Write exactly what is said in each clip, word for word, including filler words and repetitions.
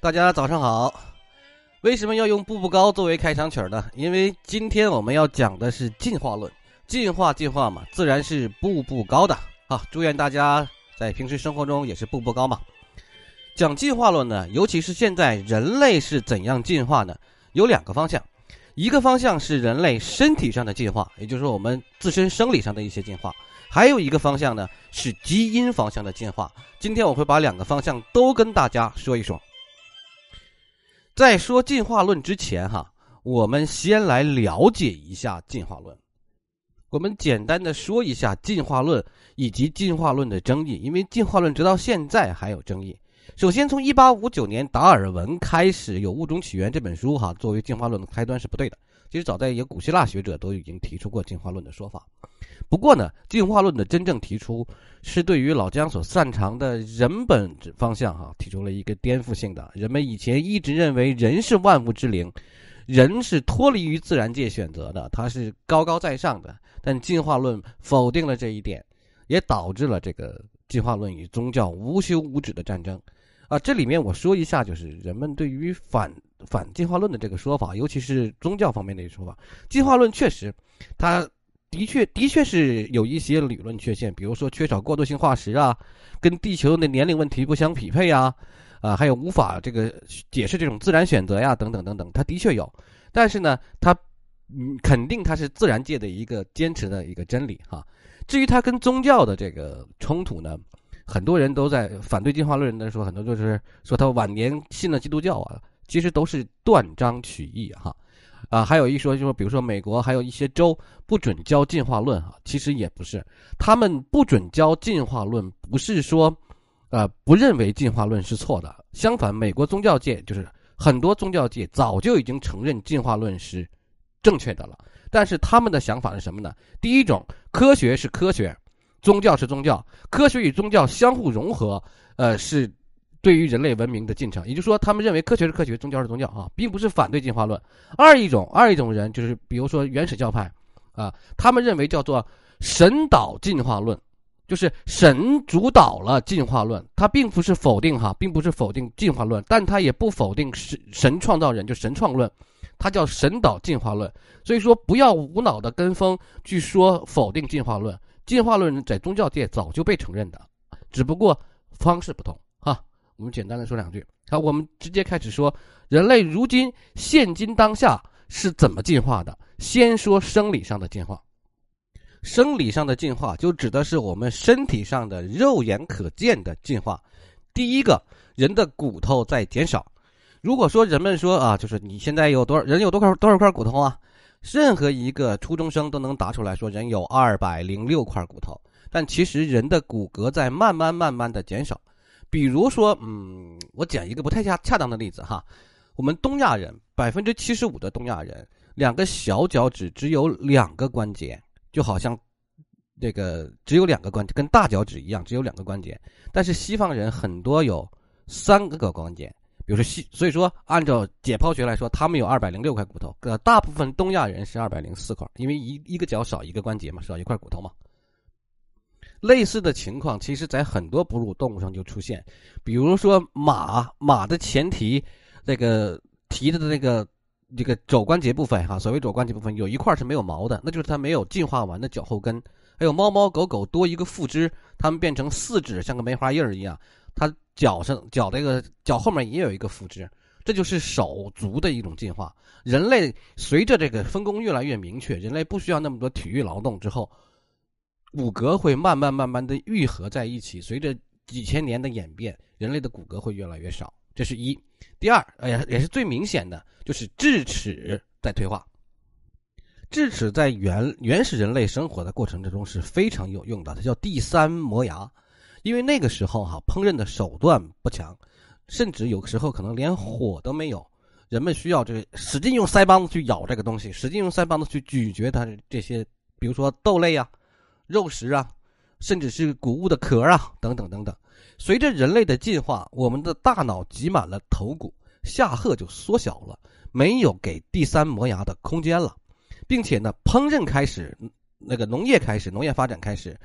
大家早上好。为什么要用步步高作为开场曲呢？因为今天我们要讲的是进化论，进化进化嘛，自然是步步高的啊！祝愿大家在平时生活中也是步步高嘛。讲进化论呢，尤其是现在人类是怎样进化呢？有两个方向，一个方向是人类身体上的进化，也就是说我们自身生理上的一些进化，还有一个方向呢是基因方向的进化。今天我会把两个方向都跟大家说一说。在说进化论之前哈，我们先来了解一下进化论。我们简单的说一下进化论以及进化论的争议，因为进化论直到现在还有争议。首先从一八五九年达尔文开始有《物种起源》这本书哈，作为进化论的开端是不对的。其实早在有古希腊学者都已经提出过进化论的说法。不过呢，进化论的真正提出是对于老姜所擅长的人本方向哈，提出了一个颠覆性的。人们以前一直认为人是万物之灵，人是脱离于自然界选择的，他是高高在上的。但进化论否定了这一点，也导致了这个进化论与宗教无休无止的战争啊。这里面我说一下，就是人们对于反反进化论的这个说法，尤其是宗教方面的说法。进化论确实它的确的确是有一些理论缺陷，比如说缺少过渡性化石啊，跟地球的年龄问题不相匹配啊，啊，还有无法这个解释这种自然选择呀，等等等等，它的确有。但是呢，它嗯肯定它是自然界的一个坚持的一个真理哈。至于它跟宗教的这个冲突呢，很多人都在反对进化论的时候，很多就是说他晚年信了基督教啊，其实都是断章取义哈。啊，还有一说就是，比如说美国还有一些州不准教进化论哈，其实也不是，他们不准教进化论，不是说，呃，不认为进化论是错的。相反，美国宗教界就是很多宗教界早就已经承认进化论是正确的了。但是他们的想法是什么呢？第一种，科学是科学，宗教是宗教，科学与宗教相互融合，呃，是对于人类文明的进程。也就是说，他们认为科学是科学，宗教是宗教啊，并不是反对进化论。二一种，二一种人就是比如说原始教派啊，他们认为叫做神导进化论，就是神主导了进化论。他并不是否定哈，并不是否定进化论，但他也不否定神神创造人，就神创论，他叫神导进化论。所以说，不要无脑的跟风去说否定进化论。进化论在宗教界早就被承认的，只不过方式不同哈。我们简单的说两句。好，我们直接开始说人类如今现今当下是怎么进化的。先说生理上的进化。生理上的进化就指的是我们身体上的肉眼可见的进化。第一个，人的骨头在减少。如果说人们说啊，就是你现在有多少人有多少多少块骨头啊？任何一个初中生都能答出来说人有二百零六块骨头。但其实人的骨骼在慢慢慢慢的减少。比如说，嗯，我讲一个不太恰恰当的例子哈，我们东亚人百分之七十五的东亚人，两个小脚趾只有两个关节，就好像这个只有两个关节，跟大脚趾一样，只有两个关节。但是西方人很多有三个关节，比如说西，所以说按照解剖学来说，他们有二百零六块骨头，呃，大部分东亚人是二百零四块，因为一一个脚少一个关节嘛，少一块骨头嘛。类似的情况其实在很多哺乳动物上就出现，比如说马，马的前蹄这个蹄的那个这个肘关节部分哈，所谓肘关节部分有一块是没有毛的，那就是它没有进化完的脚后跟。还有猫猫狗狗多一个附肢，它们变成四指，像个梅花印一样，它脚上脚这个脚后面也有一个附肢，这就是手足的一种进化。人类随着这个分工越来越明确，人类不需要那么多体育劳动之后，骨骼会慢慢慢慢的愈合在一起，随着几千年的演变，人类的骨骼会越来越少，这是一。第二，哎呀，也是最明显的，就是智齿在退化。智齿在原原始人类生活的过程之中是非常有用的，它叫第三磨牙。因为那个时候哈、啊，烹饪的手段不强，甚至有时候可能连火都没有，人们需要这个使劲用腮帮子去咬这个东西，使劲用腮帮子去咀嚼它这些，比如说豆类啊、肉食啊，甚至是谷物的壳啊，等等等等。随着人类的进化，我们的大脑挤满了头骨，下颌就缩小了，没有给第三磨牙的空间了，并且呢，烹饪开始，那个农业开始，农业发展开始，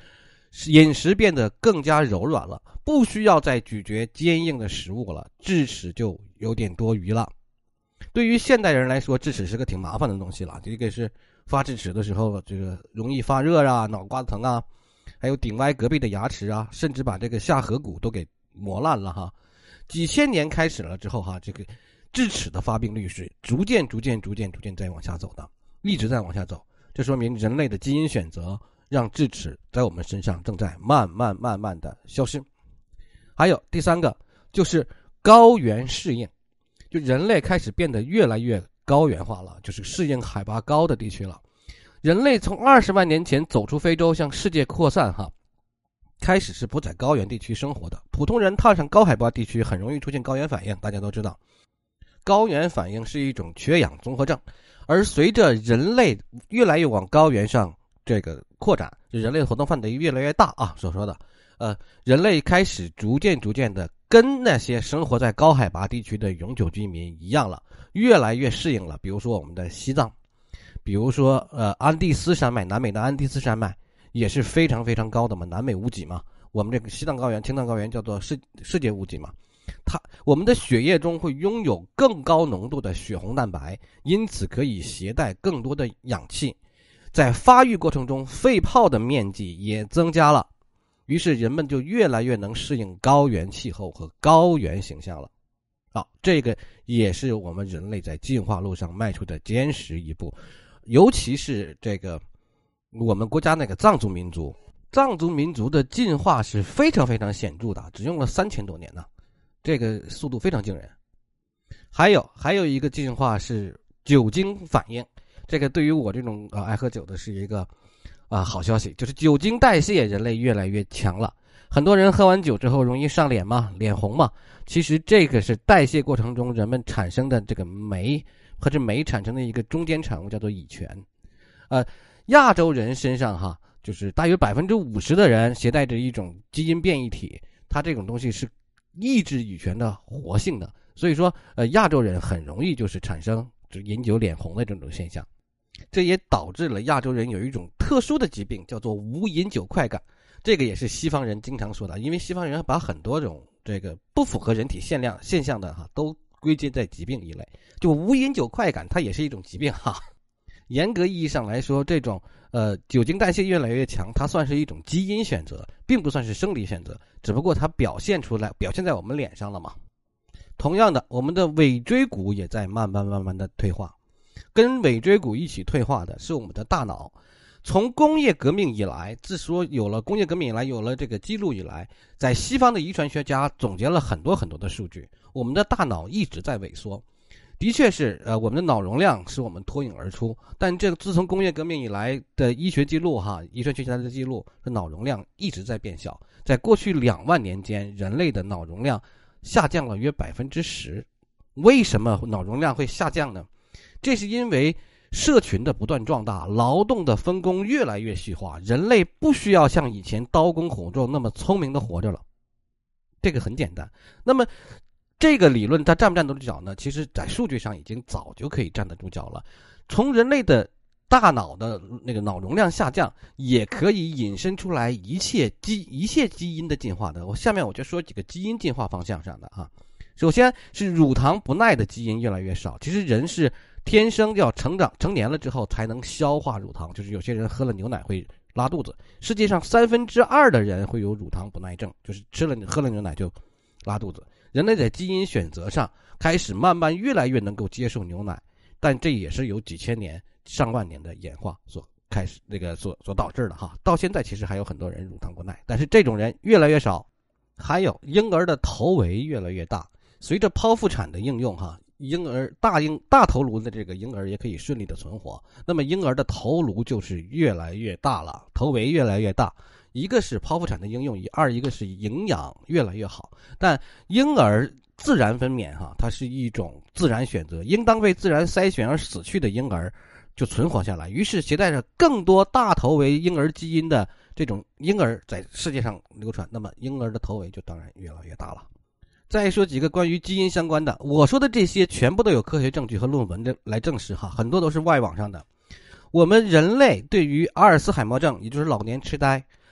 饮食变得更加柔软了，不需要再咀嚼坚硬的食物了，智齿就有点多余了。对于现代人来说，智齿是个挺麻烦的东西了。这个是发智齿的时候，这个容易发热啊，脑瓜疼啊，还有顶歪隔壁的牙齿啊，甚至把这个下颌骨都给磨烂了哈。几千年开始了之后哈，这个智齿的发病率是逐渐、逐渐、逐渐、逐渐在往下走的，一直在往下走。这说明人类的基因选择让智齿在我们身上正在慢慢、慢慢的消失。还有第三个就是高原适应。就人类开始变得越来越高原化了，就是适应海拔高的地区了。人类从二十万年前走出非洲向世界扩散哈，开始是不在高原地区生活的。普通人踏上高海拔地区很容易出现高原反应，大家都知道。高原反应是一种缺氧综合症，而随着人类越来越往高原上这个扩展，人类的活动范围越来越大啊，所说的呃，人类开始逐渐逐渐的跟那些生活在高海拔地区的永久居民一样了，越来越适应了。比如说我们的西藏，比如说呃安第斯山脉，南美的安第斯山脉也是非常非常高的嘛，南美屋脊嘛，我们这个西藏高原、青藏高原叫做世世界屋脊嘛。它我们的血液中会拥有更高浓度的血红蛋白，因此可以携带更多的氧气，在发育过程中肺泡的面积也增加了。于是人们就越来越能适应高原气候和高原形象了。好，这个也是我们人类在进化路上迈出的坚实一步。尤其是这个我们国家那个藏族民族，藏族民族的进化是非常非常显著的，只用了三千多年呢，这个速度非常惊人。还有还有一个进化是酒精反应，这个对于我这种呃爱喝酒的是一个啊，好消息，就是酒精代谢人类越来越强了。很多人喝完酒之后容易上脸嘛，脸红嘛，其实这个是代谢过程中人们产生的这个酶和这酶产生的一个中间产物，叫做乙醛。呃，亚洲人身上哈，就是大约百分之五十的人携带着一种基因变异体，它这种东西是抑制乙醛的活性的，所以说呃，亚洲人很容易就是产生就饮酒脸红的这种现象。这也导致了亚洲人有一种特殊的疾病，叫做无饮酒快感。这个也是西方人经常说的，因为西方人把很多种这个不符合人体现量现象的哈，都归结在疾病一类。就无饮酒快感，它也是一种疾病哈。严格意义上来说，这种呃酒精代谢越来越强，它算是一种基因选择，并不算是生理选择，只不过它表现出来，表现在我们脸上了嘛。同样的，我们的尾椎骨也在慢慢慢慢的退化。跟尾椎骨一起退化的是我们的大脑。从工业革命以来，自说有了工业革命以来，有了这个记录以来，在西方的遗传学家总结了很多很多的数据，我们的大脑一直在萎缩。的确是呃，我们的脑容量使我们脱颖而出，但这个自从工业革命以来的医学记录哈，遗传学家的记录，这脑容量一直在变小。在过去两万年间，人类的脑容量下降了约百分之十。为什么脑容量会下降呢？这是因为社群的不断壮大，劳动的分工越来越细化，人类不需要像以前刀工虎斗那么聪明的活着了。这个很简单。那么这个理论它站不站得住脚呢？其实在数据上已经早就可以站得住脚了。从人类的大脑的那个脑容量下降，也可以引申出来一切基一切基因的进化的。我下面我就说几个基因进化方向上的啊。首先是乳糖不耐的基因越来越少。其实人是天生要成长成年了之后才能消化乳糖，就是有些人喝了牛奶会拉肚子。世界上三分之二的人会有乳糖不耐症，就是吃了喝了牛奶就拉肚子。人类在基因选择上开始慢慢越来越能够接受牛奶，但这也是有几千年上万年的演化所开始那个所所导致的哈。到现在其实还有很多人乳糖不耐，但是这种人越来越少。还有婴儿的头围越来越大，随着剖腹产的应用哈，婴儿大婴大头颅的这个婴儿也可以顺利的存活，那么婴儿的头颅就是越来越大了，头围越来越大。一个是剖腹产的应用，二一个是营养越来越好。但婴儿自然分娩哈，它是一种自然选择，应当被自然筛选而死去的婴儿就存活下来，于是携带着更多大头围婴儿基因的这种婴儿在世界上流传，那么婴儿的头围就当然越来越大了。再说几个关于基因相关的，我说的这些全部都有科学证据和论文的来证实哈，很多都是外网上的。我们人类对于阿尔茨海默症，也就是老年痴呆，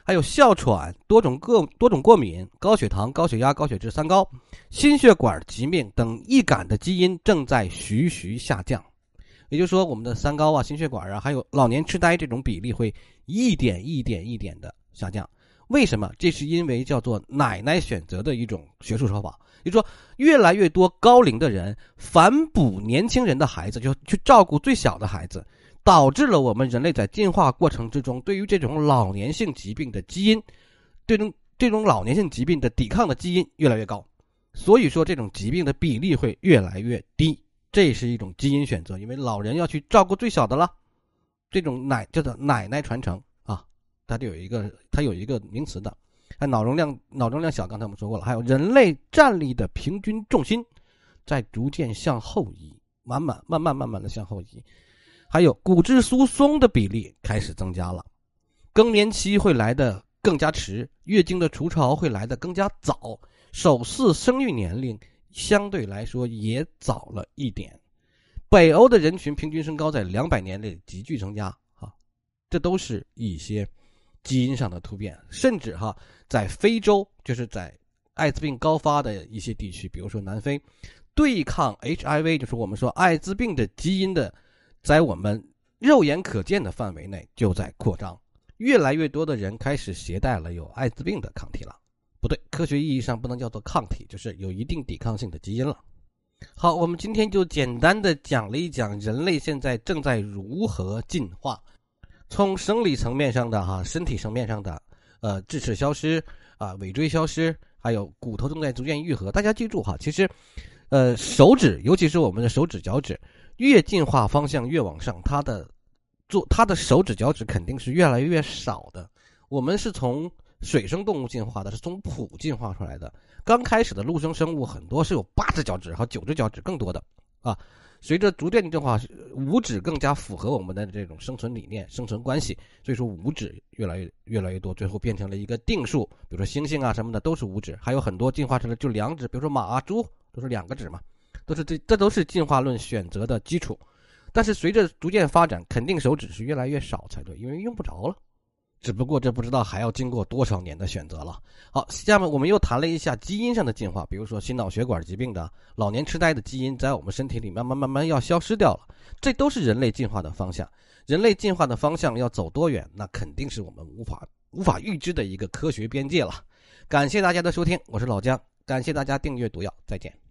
还有哮喘、多种各多种过敏、高血糖、高血压、高血脂、三高、心血管疾病等易感的基因正在徐徐下降。也就是说，我们的三高啊、心血管啊，还有老年痴呆这种比例会一点一点一点的下降。为什么？这是因为叫做奶奶选择的一种学术说法。也就是说，越来越多高龄的人反哺年轻人的孩子，就去照顾最小的孩子，导致了我们人类在进化过程之中，对于这种老年性疾病的基因，对这种这种老年性疾病的抵抗的基因越来越高，所以说这种疾病的比例会越来越低。这是一种基因选择，因为老人要去照顾最小的了，这种奶叫做奶奶传承啊，它就有一个它有一个名词的。还脑容量脑容量小，刚才我们说过了，还有人类站立的平均重心在逐渐向后移，慢慢慢慢慢慢的向后移，还有骨质疏松的比例开始增加了，更年期会来的更加迟，月经的初潮会来的更加早，首次生育年龄相对来说也早了一点。北欧的人群平均身高在两百年内急剧增加啊，这都是一些基因上的突变。甚至哈，在非洲，就是在艾滋病高发的一些地区，比如说南非，对抗 H I V， 就是我们说艾滋病的基因的，在我们肉眼可见的范围内就在扩张，越来越多的人开始携带了有艾滋病的抗体了。不对，科学意义上不能叫做抗体，就是有一定抵抗性的基因了。好，我们今天就简单的讲了一讲人类现在正在如何进化，从生理层面上的哈，身体层面上的呃智齿消失啊、尾椎消失，还有骨头正在逐渐愈合。大家记住哈，其实呃手指，尤其是我们的手指脚趾，越进化方向越往上，它的做它的手指脚趾肯定是越来越少的。我们是从水生动物进化的，是从蹼进化出来的。刚开始的陆生生物很多是有八只脚趾和九只脚趾更多的啊。随着逐渐进化，五指更加符合我们的这种生存理念、生存关系，所以说五指越来越越来越多，最后变成了一个定数。比如说猩猩啊什么的都是五指，还有很多进化成了就两指，比如说马啊、猪都是两个指嘛，都是这这都是进化论选择的基础。但是随着逐渐发展，肯定手指是越来越少才对，因为用不着了。只不过这不知道还要经过多少年的选择了。好，下面我们又谈了一下基因上的进化，比如说心脑血管疾病的、老年痴呆的基因在我们身体里慢慢慢慢要消失掉了，这都是人类进化的方向。人类进化的方向要走多远，那肯定是我们无法无法预知的一个科学边界了。感谢大家的收听，我是老姜，感谢大家订阅毒药，再见。